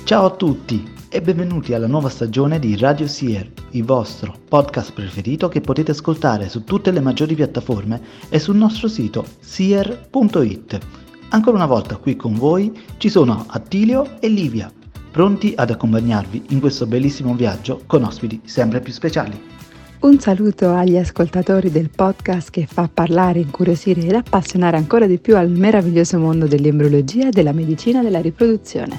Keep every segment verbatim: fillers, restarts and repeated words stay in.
Ciao a tutti e benvenuti alla nuova stagione di Radio Sier, il vostro podcast preferito che potete ascoltare su tutte le maggiori piattaforme e sul nostro sito sier punto it. Ancora una volta qui con voi ci sono Attilio e Livia, pronti ad accompagnarvi in questo bellissimo viaggio con ospiti sempre più speciali. Un saluto agli ascoltatori del podcast che fa parlare, incuriosire ed appassionare ancora di più al meraviglioso mondo dell'embriologia e della medicina della riproduzione.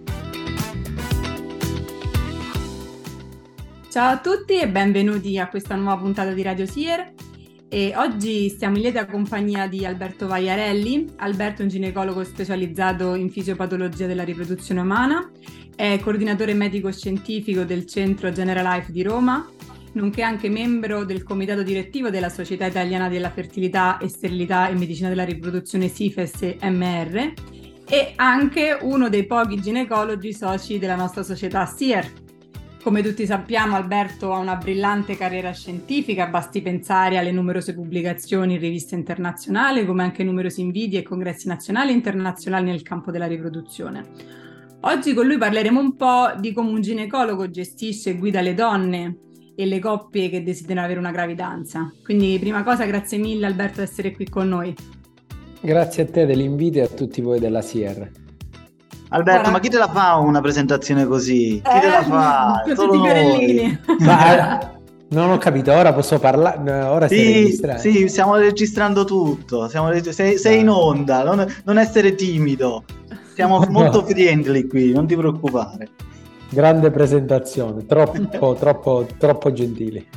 Ciao a tutti e benvenuti a questa nuova puntata di Radio Sier. E oggi stiamo in lieta compagnia di Alberto Vaiarelli. Alberto è un ginecologo specializzato in fisiopatologia della riproduzione umana, è coordinatore medico-scientifico del Centro Generalife di Roma, nonché anche membro del comitato direttivo della Società Italiana della Fertilità e Sterilità e Medicina della Riproduzione SIFES M R e anche uno dei pochi ginecologi soci della nostra società Sier. Come tutti sappiamo, Alberto ha una brillante carriera scientifica, basti pensare alle numerose pubblicazioni in riviste internazionali, come anche numerosi inviti e congressi nazionali e internazionali nel campo della riproduzione. Oggi con lui parleremo un po' di come un ginecologo gestisce e guida le donne e le coppie che desiderano avere una gravidanza. Quindi, prima cosa, grazie mille Alberto di essere qui con noi. Grazie a te dell'invito e a tutti voi della Sier. Alberto, Ora... ma chi te la fa una presentazione così? Chi eh, te la fa? Con Solo tutti i fiorellini. Ma, non ho capito, ora posso parlare? Ora sì, stai registrando? Sì, stiamo registrando tutto. Stiamo reg... sei, sei in onda, non, non essere timido. Siamo molto no. friendly qui, non ti preoccupare. Grande presentazione, troppo, troppo, troppo gentili.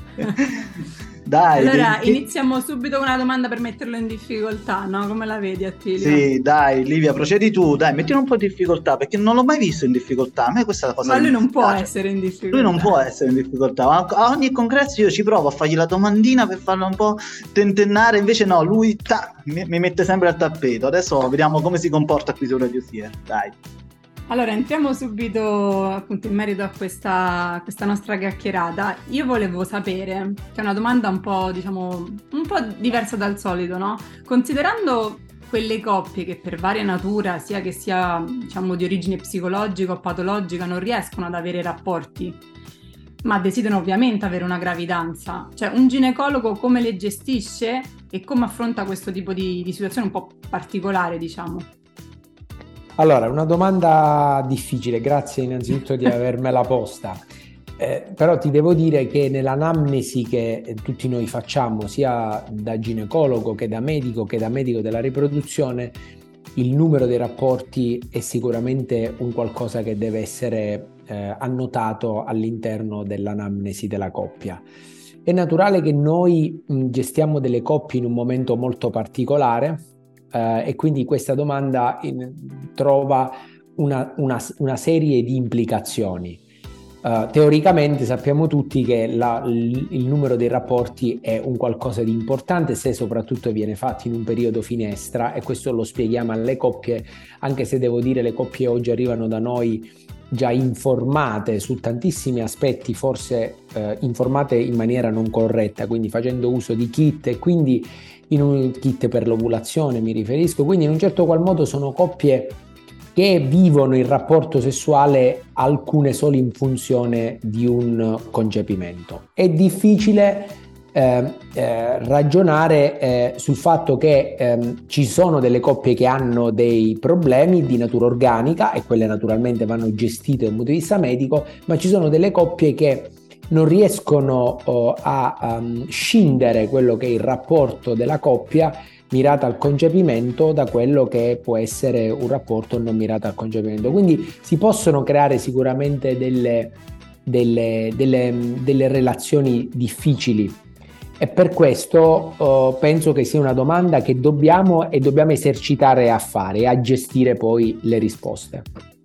Dai, allora devi... iniziamo subito con una domanda per metterlo in difficoltà, no? Come la vedi, Attilio? Sì, dai, Livia, procedi tu, dai, mettilo un po' in difficoltà, perché non l'ho mai visto in difficoltà. A me questa è la cosa. Ma lui non può essere in difficoltà. Lui non può essere in difficoltà. A ogni congresso io ci provo a fargli la domandina per farlo un po' tentennare, invece no, lui ta, mi, mi mette sempre al tappeto. Adesso vediamo come si comporta qui su Radio Sier, dai. Allora, entriamo subito appunto in merito a questa, questa nostra chiacchierata. Io volevo sapere, che è una domanda un po', diciamo, un po' diversa dal solito, no? Considerando quelle coppie che per varia natura, sia che sia, diciamo, di origine psicologica o patologica, non riescono ad avere rapporti, ma desiderano ovviamente avere una gravidanza, cioè un ginecologo come le gestisce e come affronta questo tipo di, di situazione un po' particolare, diciamo? Allora, una domanda difficile, grazie innanzitutto di avermela posta, eh, però ti devo dire che nell'anamnesi che tutti noi facciamo, sia da ginecologo che da medico che da medico della riproduzione, il numero dei rapporti è sicuramente un qualcosa che deve essere eh, annotato all'interno dell'anamnesi della coppia. È naturale che noi mh, gestiamo delle coppie in un momento molto particolare, Uh, e quindi questa domanda in, trova una, una, una serie di implicazioni. Uh, teoricamente sappiamo tutti che la, il, il numero dei rapporti è un qualcosa di importante se soprattutto viene fatto in un periodo finestra, e questo lo spieghiamo alle coppie, anche se devo dire le coppie oggi arrivano da noi già informate su tantissimi aspetti, forse uh, informate in maniera non corretta, quindi facendo uso di kit, e quindi in un kit per l'ovulazione mi riferisco, quindi in un certo qual modo sono coppie che vivono il rapporto sessuale alcune solo in funzione di un concepimento. È difficile eh, eh, ragionare eh, sul fatto che eh, ci sono delle coppie che hanno dei problemi di natura organica e quelle naturalmente vanno gestite dal punto di vista medico, ma ci sono delle coppie che non riescono oh, a um, scindere quello che è il rapporto della coppia mirata al concepimento da quello che può essere un rapporto non mirato al concepimento. Quindi si possono creare sicuramente delle, delle, delle, delle relazioni difficili, e per questo oh, penso che sia una domanda che dobbiamo e dobbiamo esercitare a fare e a gestire poi le risposte.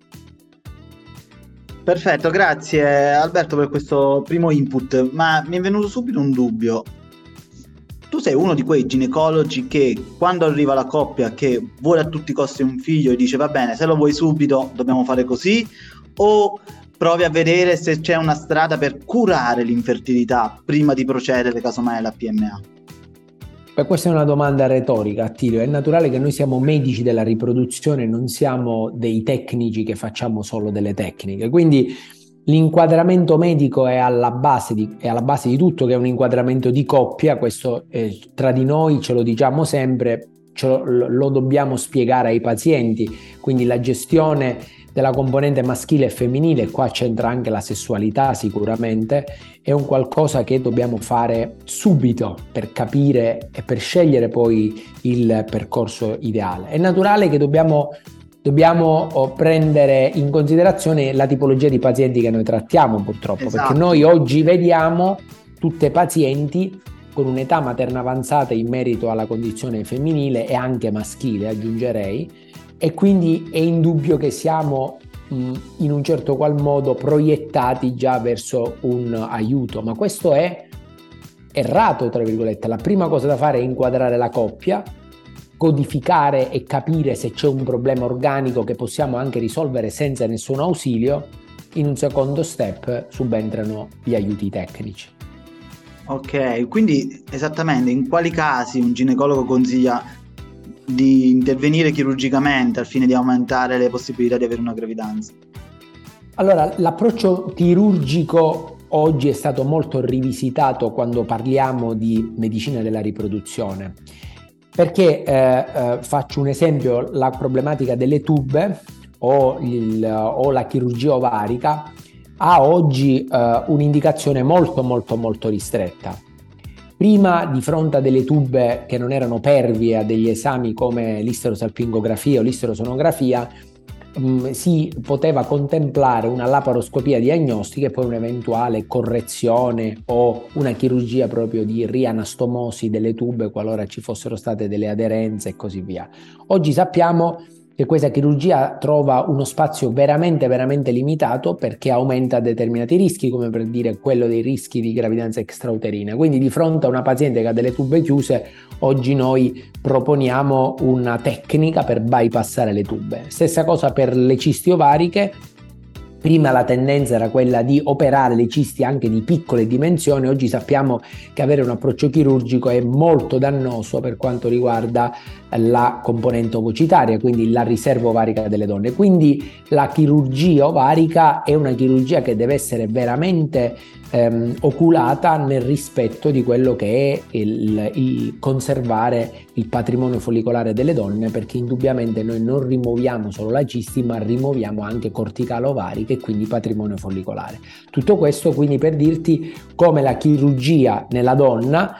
Perfetto, grazie Alberto per questo primo input, ma mi è venuto subito un dubbio. Tu sei uno di quei ginecologi che quando arriva la coppia che vuole a tutti i costi un figlio e dice va bene, se lo vuoi subito dobbiamo fare così, o provi a vedere se c'è una strada per curare l'infertilità prima di procedere casomai alla P M A? Beh, questa è una domanda retorica, Attilio. È naturale che noi siamo medici della riproduzione, non siamo dei tecnici che facciamo solo delle tecniche. Quindi l'inquadramento medico è alla base di, è alla base di tutto, che è un inquadramento di coppia. Questo eh, tra di noi ce lo diciamo sempre, ce lo, lo dobbiamo spiegare ai pazienti. Quindi la gestione della componente maschile e femminile, qua c'entra anche la sessualità sicuramente, è un qualcosa che dobbiamo fare subito per capire e per scegliere poi il percorso ideale. È naturale che dobbiamo, dobbiamo prendere in considerazione la tipologia di pazienti che noi trattiamo, purtroppo, esatto. Perché noi oggi vediamo tutte pazienti con un'età materna avanzata in merito alla condizione femminile e anche maschile, aggiungerei, e quindi è indubbio che siamo mh, in un certo qual modo proiettati già verso un aiuto, ma questo è errato, tra virgolette. La prima cosa da fare è inquadrare la coppia, codificare e capire se c'è un problema organico che possiamo anche risolvere senza nessun ausilio. In un secondo step subentrano gli aiuti tecnici. Ok, quindi esattamente in quali casi un ginecologo consiglia di intervenire chirurgicamente al fine di aumentare le possibilità di avere una gravidanza? Allora, l'approccio chirurgico oggi è stato molto rivisitato quando parliamo di medicina della riproduzione, perché eh, eh, faccio un esempio: la problematica delle tube o, il, o la chirurgia ovarica ha oggi eh, un'indicazione molto molto molto ristretta. Prima, di fronte a delle tube che non erano pervie a degli esami come l'isterosalpingografia o l'isterosonografia, mh, si poteva contemplare una laparoscopia diagnostica e poi un'eventuale correzione o una chirurgia proprio di rianastomosi delle tube qualora ci fossero state delle aderenze e così via. Oggi sappiamo che questa chirurgia trova uno spazio veramente veramente limitato, perché aumenta determinati rischi, come per dire quello dei rischi di gravidanza extrauterina. Quindi di fronte a una paziente che ha delle tube chiuse, oggi noi proponiamo una tecnica per bypassare le tube. Stessa cosa per le cisti ovariche. Prima la tendenza era quella di operare le cisti anche di piccole dimensioni, oggi sappiamo che avere un approccio chirurgico è molto dannoso per quanto riguarda la componente ovocitaria, quindi la riserva ovarica delle donne. Quindi la chirurgia ovarica è una chirurgia che deve essere veramente ehm, oculata nel rispetto di quello che è il, il conservare il patrimonio follicolare delle donne, perché indubbiamente noi non rimuoviamo solo la cisti, ma rimuoviamo anche corticale ovarica e quindi patrimonio follicolare. Tutto questo quindi per dirti come la chirurgia nella donna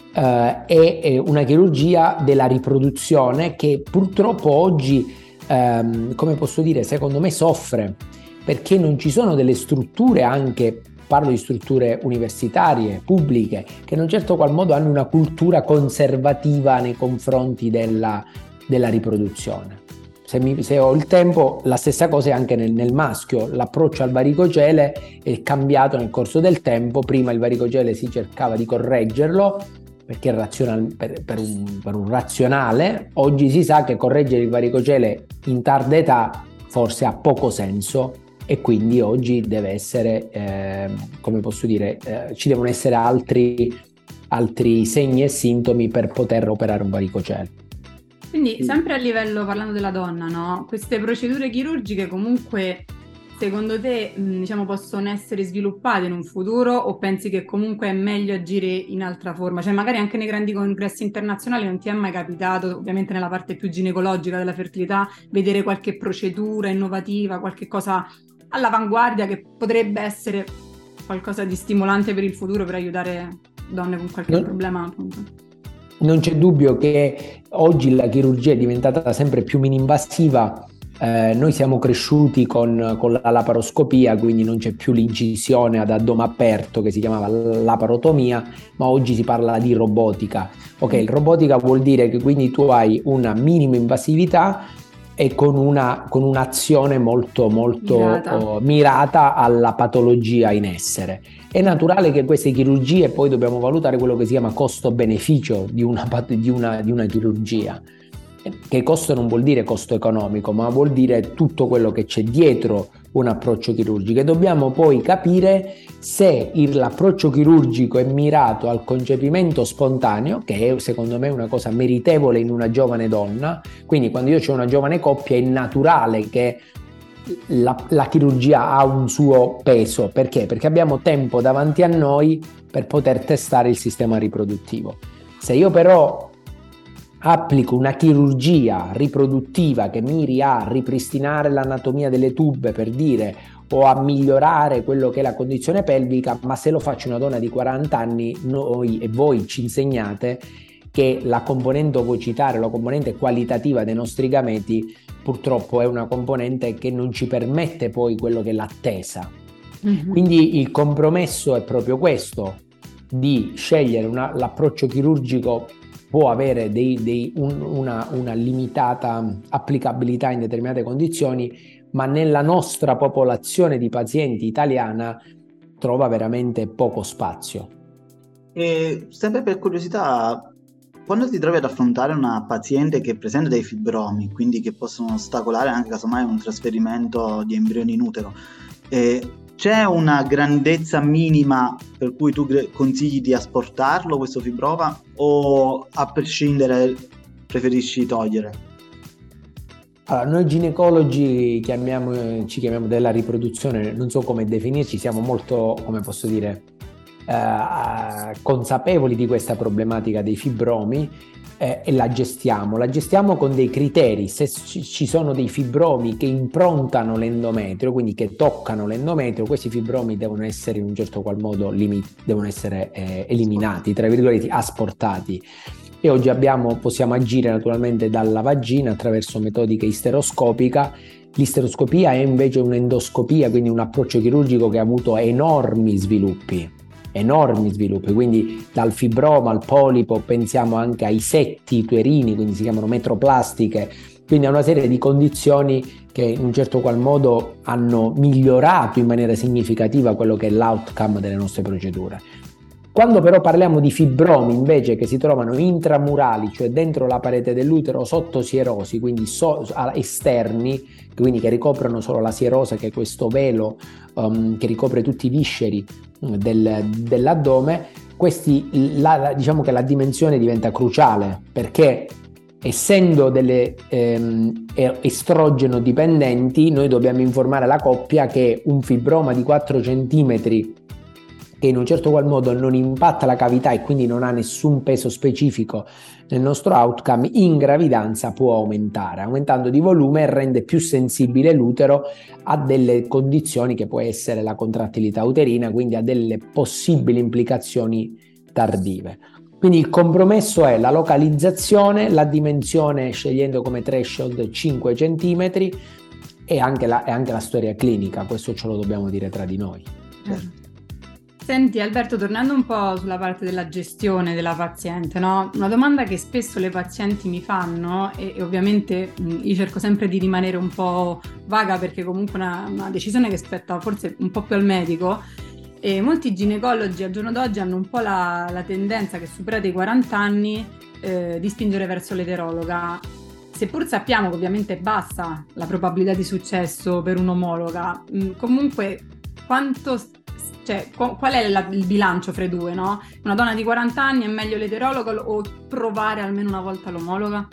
eh, è, è una chirurgia della riproduzione che purtroppo oggi, ehm, come posso dire, secondo me soffre, perché non ci sono delle strutture, anche parlo di strutture universitarie, pubbliche, che in un certo qual modo hanno una cultura conservativa nei confronti della, della riproduzione. Se, mi, se ho il tempo, la stessa cosa è anche nel, nel maschio. L'approccio al varicocele è cambiato nel corso del tempo. Prima il varicocele si cercava di correggerlo perché è razional, per, per, un, per un razionale. Oggi si sa che correggere il varicocele in tarda età forse ha poco senso, e quindi oggi deve essere, eh, come posso dire, eh, ci devono essere altri, altri segni e sintomi per poter operare un varicocele. Quindi sempre a livello, parlando della donna, no? Queste procedure chirurgiche comunque secondo te mh, diciamo possono essere sviluppate in un futuro, o pensi che comunque è meglio agire in altra forma? Cioè magari anche nei grandi congressi internazionali non ti è mai capitato, ovviamente nella parte più ginecologica della fertilità, vedere qualche procedura innovativa, qualche cosa all'avanguardia che potrebbe essere qualcosa di stimolante per il futuro, per aiutare donne con qualche non, problema, appunto? Non c'è dubbio che oggi la chirurgia è diventata sempre più mini-invasiva. Eh, noi siamo cresciuti con, con la laparoscopia, quindi non c'è più l'incisione ad addome aperto che si chiamava laparotomia, ma oggi si parla di robotica. Ok, il robotica vuol dire che quindi tu hai una minima invasività e con, una, con un'azione molto molto mirata. Oh, mirata alla patologia in essere. È naturale che queste chirurgie, poi dobbiamo valutare quello che si chiama costo-beneficio di una, di una, di una chirurgia, che costo non vuol dire costo economico, ma vuol dire tutto quello che c'è dietro un approccio chirurgico e dobbiamo poi capire se il, l'approccio chirurgico è mirato al concepimento spontaneo, che è secondo me una cosa meritevole in una giovane donna. Quindi quando io ho una giovane coppia è naturale che la, la chirurgia ha un suo peso. Perché? Perché abbiamo tempo davanti a noi per poter testare il sistema riproduttivo. Se io però applico una chirurgia riproduttiva che miri a ripristinare l'anatomia delle tube, per dire, o a migliorare quello che è la condizione pelvica, ma se lo faccio una donna di quaranta anni, noi e voi ci insegnate che la componente ovocitare, la componente qualitativa dei nostri gameti, purtroppo è una componente che non ci permette poi quello che è l'attesa. Mm-hmm. Quindi il compromesso è proprio questo, di scegliere una, l'approccio chirurgico può avere dei, dei, un, una, una limitata applicabilità in determinate condizioni, ma nella nostra popolazione di pazienti italiana trova veramente poco spazio. E sempre per curiosità, quando ti trovi ad affrontare una paziente che presenta dei fibromi, quindi che possono ostacolare anche casomai un trasferimento di embrioni in utero, eh, c'è una grandezza minima per cui tu consigli di asportarlo questo fibroma, o a prescindere preferisci togliere? Allora, noi ginecologi chiamiamo, ci chiamiamo della riproduzione, non so come definirci, siamo molto, come posso dire, eh, consapevoli di questa problematica dei fibromi eh, e la gestiamo. La gestiamo con dei criteri. Se ci sono dei fibromi che improntano l'endometrio, quindi che toccano l'endometrio, questi fibromi devono essere in un certo qual modo limit- devono essere eh, eliminati, tra virgolette, asportati. E oggi abbiamo, possiamo agire naturalmente dalla vagina attraverso metodiche isteroscopica. L'isteroscopia è invece un'endoscopia, quindi un approccio chirurgico che ha avuto enormi sviluppi, enormi sviluppi, quindi dal fibroma al polipo, pensiamo anche ai setti uterini, quindi si chiamano metroplastiche, quindi a una serie di condizioni che in un certo qual modo hanno migliorato in maniera significativa quello che è l'outcome delle nostre procedure. Quando però parliamo di fibromi invece che si trovano intramurali, cioè dentro la parete dell'utero sotto sierosi, quindi so, esterni, quindi che ricoprono solo la sierosa, che è questo velo um, che ricopre tutti i visceri del, dell'addome, questi, la, diciamo che la dimensione diventa cruciale, perché essendo delle ehm, estrogeno dipendenti, noi dobbiamo informare la coppia che un fibroma di quattro centimetri che in un certo qual modo non impatta la cavità e quindi non ha nessun peso specifico nel nostro outcome, in gravidanza può aumentare, aumentando di volume e rende più sensibile l'utero a delle condizioni che può essere la contrattilità uterina, quindi a delle possibili implicazioni tardive. Quindi il compromesso è la localizzazione, la dimensione scegliendo come threshold cinque centimetri e anche la, e anche la storia clinica, questo ce lo dobbiamo dire tra di noi. Certo. Senti Alberto, tornando un po' sulla parte della gestione della paziente, no? Una domanda che spesso le pazienti mi fanno e, e ovviamente mh, io cerco sempre di rimanere un po' vaga perché comunque una, una decisione che spetta forse un po' più al medico, e molti ginecologi al giorno d'oggi hanno un po' la, la tendenza, che superati i quaranta anni, eh, di spingere verso l'eterologa. Seppur sappiamo che ovviamente è bassa la probabilità di successo per un'omologa, mh, comunque quanto... Cioè, qual è la, il bilancio fra i due, no? Una donna di quaranta anni è meglio l'eterologo o provare almeno una volta l'omologa?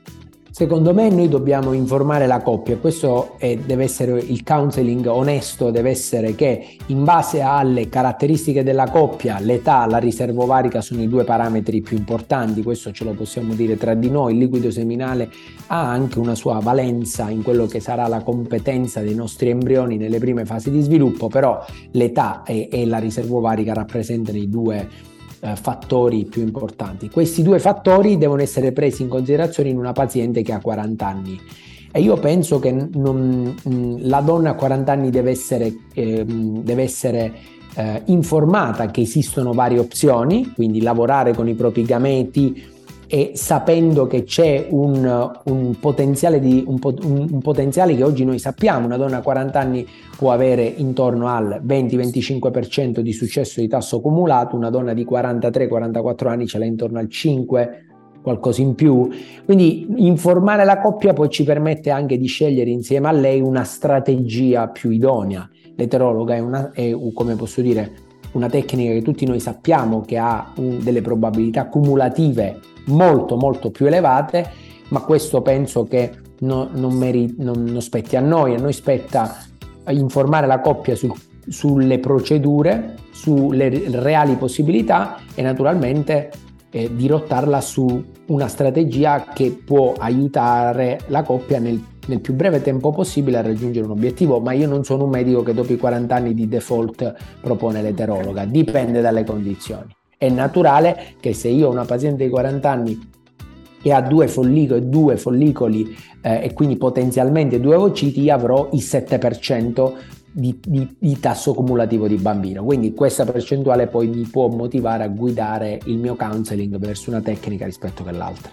Secondo me noi dobbiamo informare la coppia, questo è, deve essere il counseling onesto, deve essere che in base alle caratteristiche della coppia, l'età, la riserva ovarica sono i due parametri più importanti, questo ce lo possiamo dire tra di noi. Il liquido seminale ha anche una sua valenza in quello che sarà la competenza dei nostri embrioni nelle prime fasi di sviluppo, però l'età e, e la riserva ovarica rappresentano i due Eh, fattori più importanti. Questi due fattori devono essere presi in considerazione in una paziente che ha quaranta anni e io penso che non, la donna a quaranta anni deve essere, eh, deve essere eh, informata che esistono varie opzioni, quindi lavorare con i propri gameti e sapendo che c'è un, un potenziale di un, un, un potenziale che oggi noi sappiamo, una donna a quaranta anni può avere intorno al venti venticinque per cento di successo di tasso cumulato, una donna di quarantatré quarantaquattro anni ce l'ha intorno al cinque qualcosa in più. Quindi informare la coppia poi ci permette anche di scegliere insieme a lei una strategia più idonea. L'eterologa è, una, è come posso dire, una tecnica che tutti noi sappiamo che ha un, delle probabilità cumulative molto molto più elevate, ma questo penso che no, non, meri, non, non spetti a noi, a noi spetta informare la coppia sul, sulle procedure, sulle reali possibilità e naturalmente eh, dirottarla su una strategia che può aiutare la coppia nel, nel più breve tempo possibile a raggiungere un obiettivo. Ma io non sono un medico che dopo i quaranta anni di default propone l'eterologa, dipende dalle condizioni. È naturale che se io ho una paziente di quaranta anni che ha due follicoli, due follicoli eh, e quindi potenzialmente due ovociti, io avrò il sette per cento di, di, di tasso cumulativo di bambino. Quindi questa percentuale poi mi può motivare a guidare il mio counseling verso una tecnica rispetto che l'altra.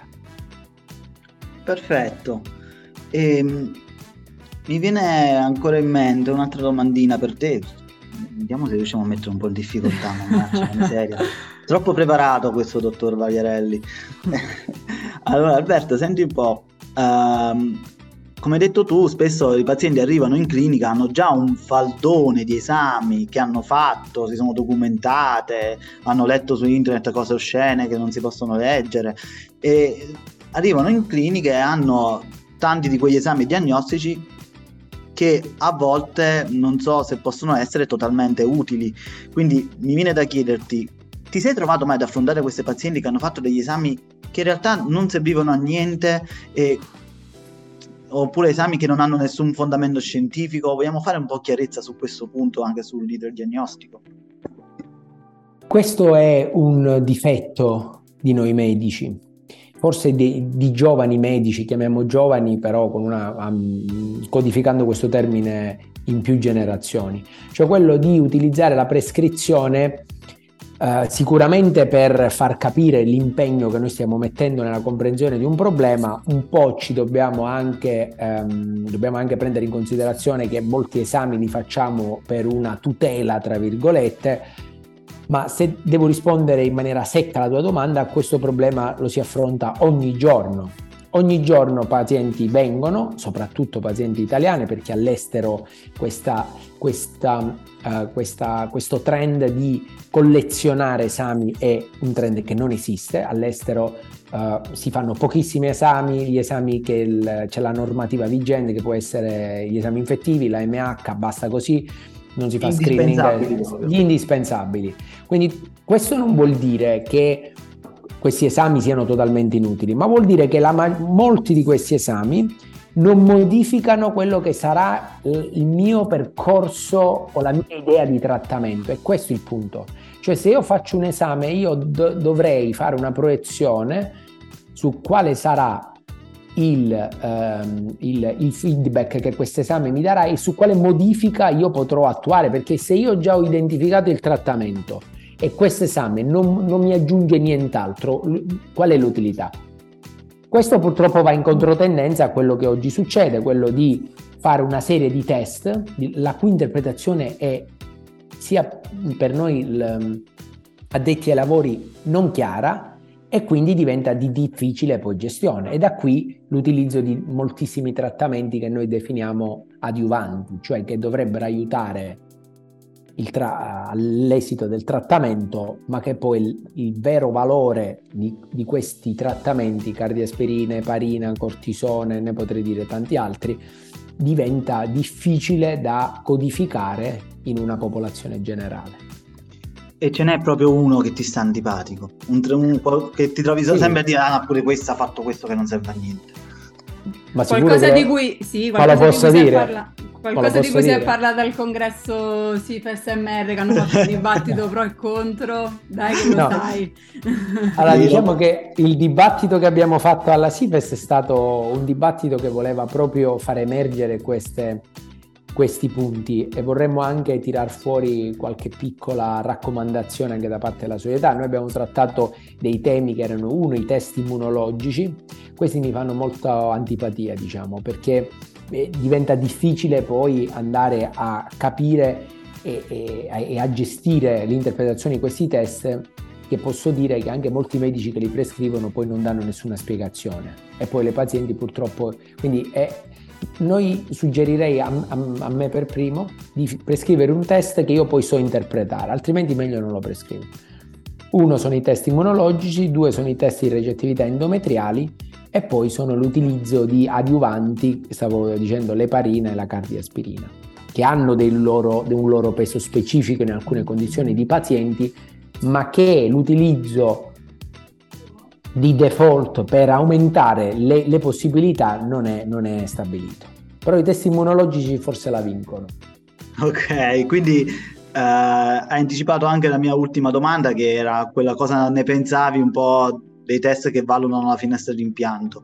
Perfetto. E, mi viene ancora in mente un'altra domandina per te. Vediamo se riusciamo a mettere un po' in difficoltà, mannaggia, miseria. Troppo preparato questo dottor Vaiarelli. Allora Alberto, senti un po', um, come hai detto tu, spesso i pazienti arrivano in clinica, hanno già un faldone di esami che hanno fatto, si sono documentate, hanno letto su internet cose oscene che non si possono leggere, e arrivano in clinica e hanno tanti di quegli esami diagnostici che a volte non so se possono essere totalmente utili. Quindi mi viene da chiederti, ti sei trovato mai ad affrontare queste pazienti che hanno fatto degli esami che in realtà non servivano a niente, e, oppure esami che non hanno nessun fondamento scientifico? Vogliamo fare un po' chiarezza su questo punto, anche sul leader diagnostico. Questo è un difetto di noi medici, forse di, di giovani medici, chiamiamo giovani però con una, um, codificando questo termine in più generazioni, cioè quello di utilizzare la prescrizione Uh, sicuramente per far capire l'impegno che noi stiamo mettendo nella comprensione di un problema. Un po' ci dobbiamo anche, um, dobbiamo anche prendere in considerazione che molti esami li facciamo per una tutela, tra virgolette, ma se devo rispondere in maniera secca alla tua domanda, questo problema lo si affronta ogni giorno. Ogni giorno pazienti vengono, soprattutto pazienti italiane, perché all'estero questa, questa, uh, questa, questo trend di collezionare esami è un trend che non esiste. All'estero uh, si fanno pochissimi esami, gli esami che il, c'è la normativa vigente, che può essere gli esami infettivi, la M H, basta così, non si fa screening, gli indispensabili. Quindi questo non vuol dire che questi esami siano totalmente inutili, ma vuol dire che la, molti di questi esami non modificano quello che sarà il mio percorso o la mia idea di trattamento. E questo è il punto. Cioè, se io faccio un esame, io do- dovrei fare una proiezione su quale sarà il, ehm, il, il feedback che questo esame mi darà e su quale modifica io potrò attuare, perché se io già ho identificato il trattamento e questo esame non, non mi aggiunge nient'altro, qual è l'utilità? Questo purtroppo va in controtendenza a quello che oggi succede, quello di fare una serie di test, la cui interpretazione è sia per noi il, addetti ai lavori non chiara, e quindi diventa di difficile poi gestione. E da qui l'utilizzo di moltissimi trattamenti che noi definiamo adiuvanti, cioè che dovrebbero aiutare Il tra- all'esito del trattamento, ma che poi il, il vero valore di, di questi trattamenti, cardiaspirina, heparina, cortisone, ne potrei dire tanti altri, diventa difficile da codificare in una popolazione generale. E ce n'è proprio uno che ti sta antipatico, un, un, che ti trovi sì. sempre a dire ah pure questo ha fatto questo che non serve a niente. Ma qualcosa di cui sì, qualcosa posso di cui dire? Parla, qualcosa di cui dire? Si è parlato al congresso S I F S M R, che hanno fatto un dibattito pro e contro, dai che lo no. sai. Allora diciamo che il dibattito che abbiamo fatto alla S I F E S è stato un dibattito che voleva proprio far emergere queste, questi punti, e vorremmo anche tirar fuori qualche piccola raccomandazione anche da parte della società. Noi abbiamo trattato dei temi che erano, uno, i test immunologici. Questi mi fanno molta antipatia, diciamo, perché eh, diventa difficile poi andare a capire e, e, e a gestire l'interpretazione di questi test che posso dire che anche molti medici che li prescrivono poi non danno nessuna spiegazione, e poi le pazienti purtroppo, quindi è, noi suggerirei a, a, a me per primo di prescrivere un test che io poi so interpretare, altrimenti meglio non lo prescrivo. Uno sono i test immunologici, due sono i test di recettività endometriali, e poi sono l'utilizzo di adiuvanti, stavo dicendo l'eparina e la cardiaspirina, che hanno del loro, di un loro peso specifico in alcune condizioni di pazienti, ma che l'utilizzo di default per aumentare le, le possibilità non è, non è stabilito. Però i test immunologici forse la vincono. Ok, quindi eh, hai anticipato anche la mia ultima domanda, che era quella cosa ne pensavi un po' dei test che valutano la finestra di impianto.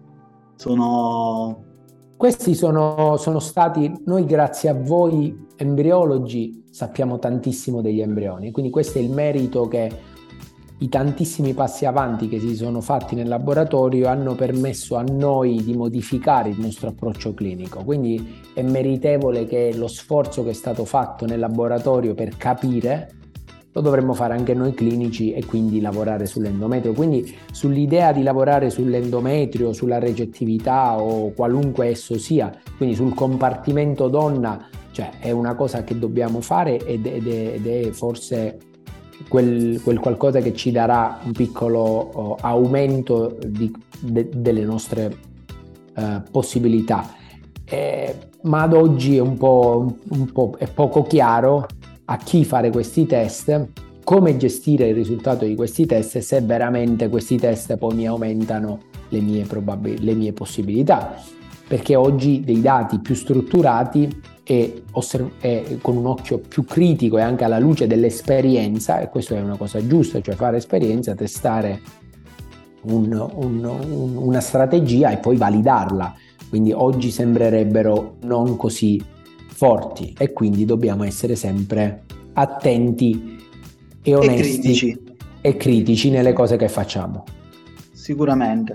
Sono... Questi sono, sono stati, noi grazie a voi embriologi sappiamo tantissimo degli embrioni, quindi questo è il merito che i tantissimi passi avanti che si sono fatti nel laboratorio hanno permesso a noi di modificare il nostro approccio clinico, quindi è meritevole che lo sforzo che è stato fatto nel laboratorio per capire lo dovremmo fare anche noi clinici, e quindi lavorare sull'endometrio. Quindi sull'idea di lavorare sull'endometrio, sulla recettività o qualunque esso sia, quindi sul compartimento donna, cioè è una cosa che dobbiamo fare, ed è, ed è forse quel, quel qualcosa che ci darà un piccolo oh, aumento di, de, delle nostre uh, possibilità. Eh, ma ad oggi è un po', un po' è poco chiaro a chi fare questi test, come gestire il risultato di questi test, e se veramente questi test poi mi aumentano le mie, probabil- le mie possibilità, perché oggi dei dati più strutturati e, osserv- e con un occhio più critico e anche alla luce dell'esperienza, e questo è una cosa giusta, cioè fare esperienza, testare un, un, un, una strategia e poi validarla, quindi oggi sembrerebbero non così forti, e quindi dobbiamo essere sempre attenti e onesti e critici, e critici nelle cose che facciamo. Sicuramente.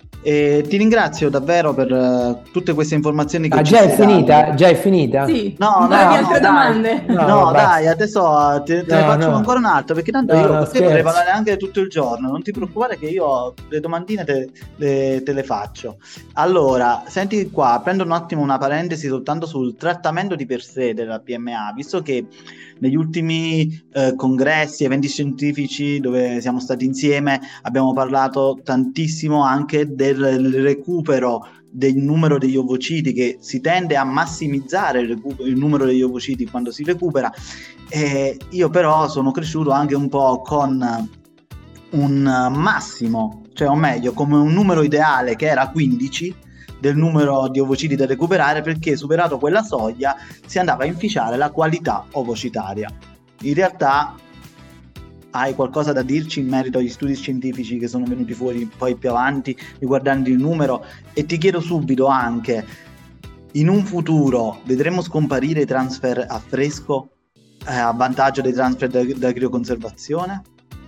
E ti ringrazio davvero per uh, tutte queste informazioni che ah, ci già stai è finita? dando. Già è finita? Sì, no, non no, avevi no, altre dai. domande? No, no dai, adesso te, te no, ne faccio no. ancora un'altra, perché tanto no, io no, con te potrei scherzo. parlare anche tutto il giorno, non ti preoccupare che io le domandine te, le, te le faccio. Allora, senti qua, prendo un attimo una parentesi soltanto sul trattamento di per sé della P M A, visto che negli ultimi eh, congressi, eventi scientifici dove siamo stati insieme, abbiamo parlato tantissimo anche del recupero del numero degli ovociti, che si tende a massimizzare il, recu- il numero degli ovociti quando si recupera. E io però sono cresciuto anche un po' con un massimo, cioè o meglio come un numero ideale che era quindici del numero di ovociti da recuperare, perché superato quella soglia si andava a inficiare la qualità ovocitaria. In realtà hai qualcosa da dirci in merito agli studi scientifici che sono venuti fuori poi più avanti riguardanti il numero? E ti chiedo subito anche, in un futuro vedremo scomparire i transfer a fresco eh, a vantaggio dei transfer da, da crioconservazione?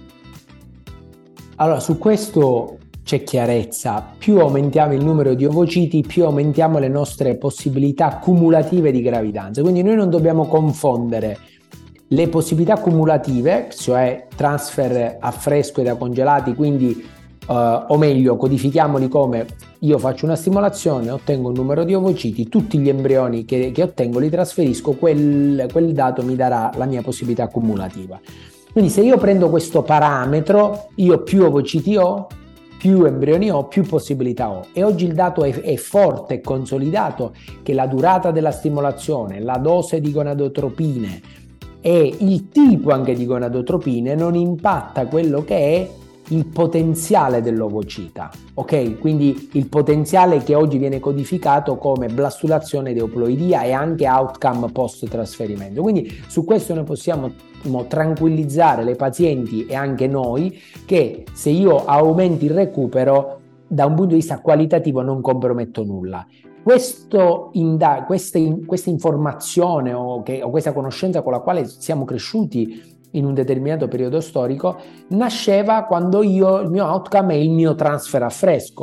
Allora, su questo c'è chiarezza: più aumentiamo il numero di ovociti, più aumentiamo le nostre possibilità cumulative di gravidanza. Quindi noi non dobbiamo confondere le possibilità cumulative, cioè transfer a fresco e da congelati, quindi uh, o meglio codifichiamoli come: io faccio una stimolazione, ottengo un numero di ovociti, tutti gli embrioni che, che ottengo li trasferisco, quel, quel dato mi darà la mia possibilità cumulativa. Quindi se io prendo questo parametro, io più ovociti ho, più embrioni ho, più possibilità ho. E oggi il dato è, è forte e consolidato che la durata della stimolazione, la dose di gonadotropine e il tipo anche di gonadotropine non impatta quello che è il potenziale dell'ovocita, ok? Quindi il potenziale che oggi viene codificato come blastulazione ed euploidia e anche outcome post trasferimento. Quindi su questo noi possiamo tranquillizzare le pazienti e anche noi che se io aumento il recupero, da un punto di vista qualitativo non comprometto nulla. Questo inda- questa, in- questa informazione o, che, o questa conoscenza con la quale siamo cresciuti in un determinato periodo storico nasceva quando io, il mio outcome è il mio transfer a fresco.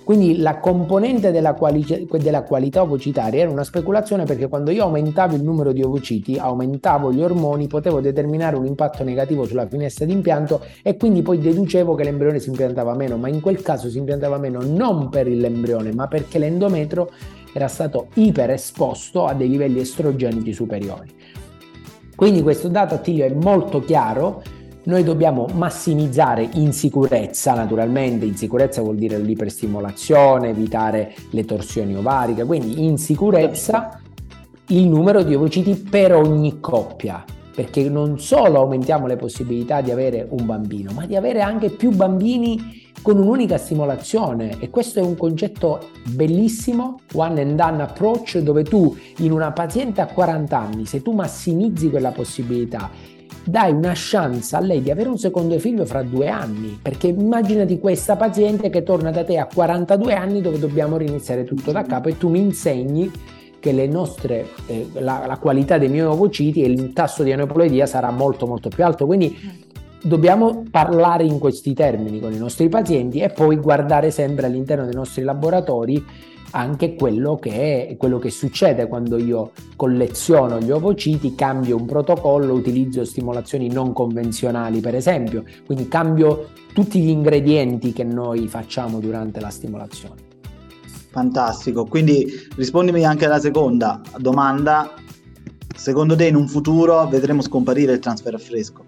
Quindi la componente della, quali- della qualità ovocitaria era una speculazione, perché quando io aumentavo il numero di ovociti, aumentavo gli ormoni, potevo determinare un impatto negativo sulla finestra d'impianto e quindi poi deducevo che l'embrione si impiantava meno, ma in quel caso si impiantava meno non per l'embrione, ma perché l'endometrio era stato iperesposto a dei livelli estrogenici superiori. Quindi questo dato, Attilio, è molto chiaro. Noi dobbiamo massimizzare in sicurezza, naturalmente, in sicurezza vuol dire l'iperstimolazione, evitare le torsioni ovariche, quindi in sicurezza il numero di ovociti per ogni coppia, perché non solo aumentiamo le possibilità di avere un bambino, ma di avere anche più bambini con un'unica stimolazione, e questo è un concetto bellissimo, one and done approach, dove tu in una paziente a quaranta anni, se tu massimizzi quella possibilità, dai una chance a lei di avere un secondo figlio fra due anni, perché immaginati questa paziente che torna da te a quarantadue anni dove dobbiamo riniziare tutto da capo e tu mi insegni che le nostre, eh, la, la qualità dei miei ovociti e il tasso di aneuploidia sarà molto molto più alto. Quindi dobbiamo parlare in questi termini con i nostri pazienti e poi guardare sempre all'interno dei nostri laboratori anche quello che è quello che succede quando io colleziono gli ovociti, cambio un protocollo, utilizzo stimolazioni non convenzionali per esempio, quindi cambio tutti gli ingredienti che noi facciamo durante la stimolazione. Fantastico, quindi rispondimi anche alla seconda domanda: secondo te in un futuro vedremo scomparire il transfer a fresco?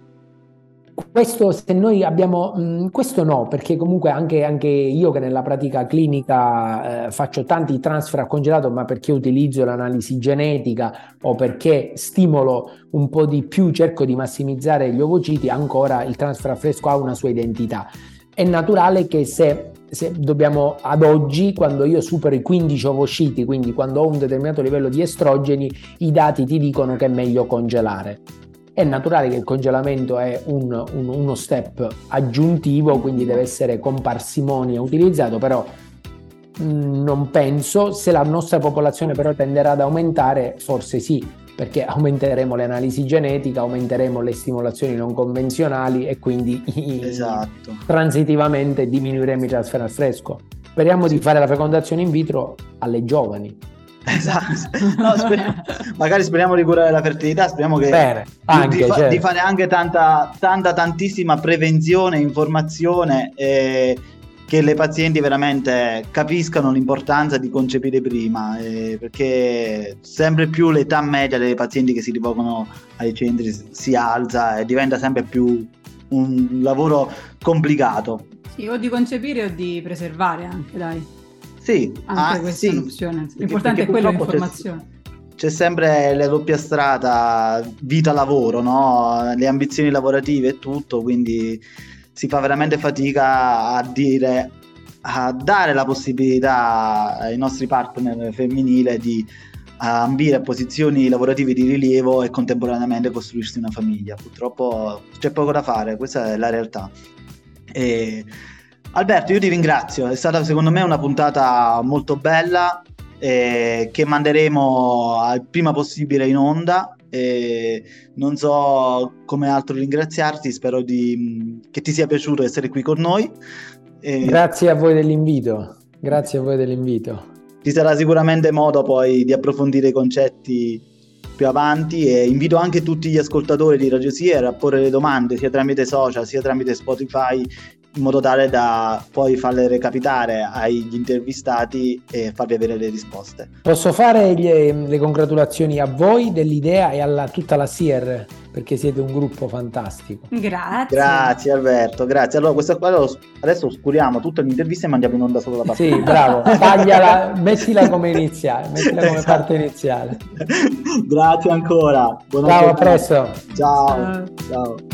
Questo se noi abbiamo, mh, questo no, perché comunque anche, anche io che nella pratica clinica eh, faccio tanti transfer a congelato, ma perché utilizzo l'analisi genetica o perché stimolo un po' di più, cerco di massimizzare gli ovociti, ancora il transfer a fresco ha una sua identità. È naturale che se, se dobbiamo, ad oggi, quando io supero i quindici ovociti, quindi quando ho un determinato livello di estrogeni, i dati ti dicono che è meglio congelare. È naturale che il congelamento è un, un, uno step aggiuntivo, quindi deve essere con parsimonia utilizzato, però mh, non penso. Se la nostra popolazione però tenderà ad aumentare, forse sì, perché aumenteremo le analisi genetiche, aumenteremo le stimolazioni non convenzionali e quindi esatto. transitivamente diminuiremo i transfer al fresco. Speriamo di fare la fecondazione in vitro alle giovani. Esatto, no, speriamo, magari speriamo di curare la fertilità, speriamo che Bene, anche, di, di, fa, certo. di fare anche tanta, tanta tantissima prevenzione, informazione, e che le pazienti veramente capiscano l'importanza di concepire prima, eh, perché sempre più l'età media dei pazienti che si rivolgono ai centri si alza e diventa sempre più un lavoro complicato. Sì, o di concepire o di preservare anche, dai. Sì, anche ah, questa sì. è un'opzione. Perché, L'importante perché è quello, purtroppo l'informazione. C'è, c'è sempre la doppia strada vita-lavoro, no? Le ambizioni lavorative e tutto, quindi si fa veramente fatica a dire, a dare la possibilità ai nostri partner femminili di ambire a posizioni lavorative di rilievo e contemporaneamente costruirsi una famiglia. Purtroppo c'è poco da fare, questa è la realtà. E Alberto, io ti ringrazio, è stata secondo me una puntata molto bella, eh, che manderemo al prima possibile in onda, e non so come altro ringraziarti, spero di, che ti sia piaciuto essere qui con noi. E grazie a voi dell'invito, grazie a voi dell'invito. Ci sarà sicuramente modo poi di approfondire i concetti più avanti, e invito anche tutti gli ascoltatori di Radio Sier a porre le domande sia tramite social sia tramite Spotify, in modo tale da poi farle recapitare agli intervistati e farvi avere le risposte. Posso fare gli, le congratulazioni a voi dell'idea e a tutta la Sier, perché siete un gruppo fantastico. Grazie. Grazie Alberto, grazie. Allora, questa qua adesso oscuriamo tutte le interviste e mandiamo in onda solo la parte. Sì, bravo, tagliala, mettila come iniziale, mettila come esatto. parte iniziale. Grazie ancora. Buona Ciao, giornata. a presto. Ciao. Ciao. Ciao.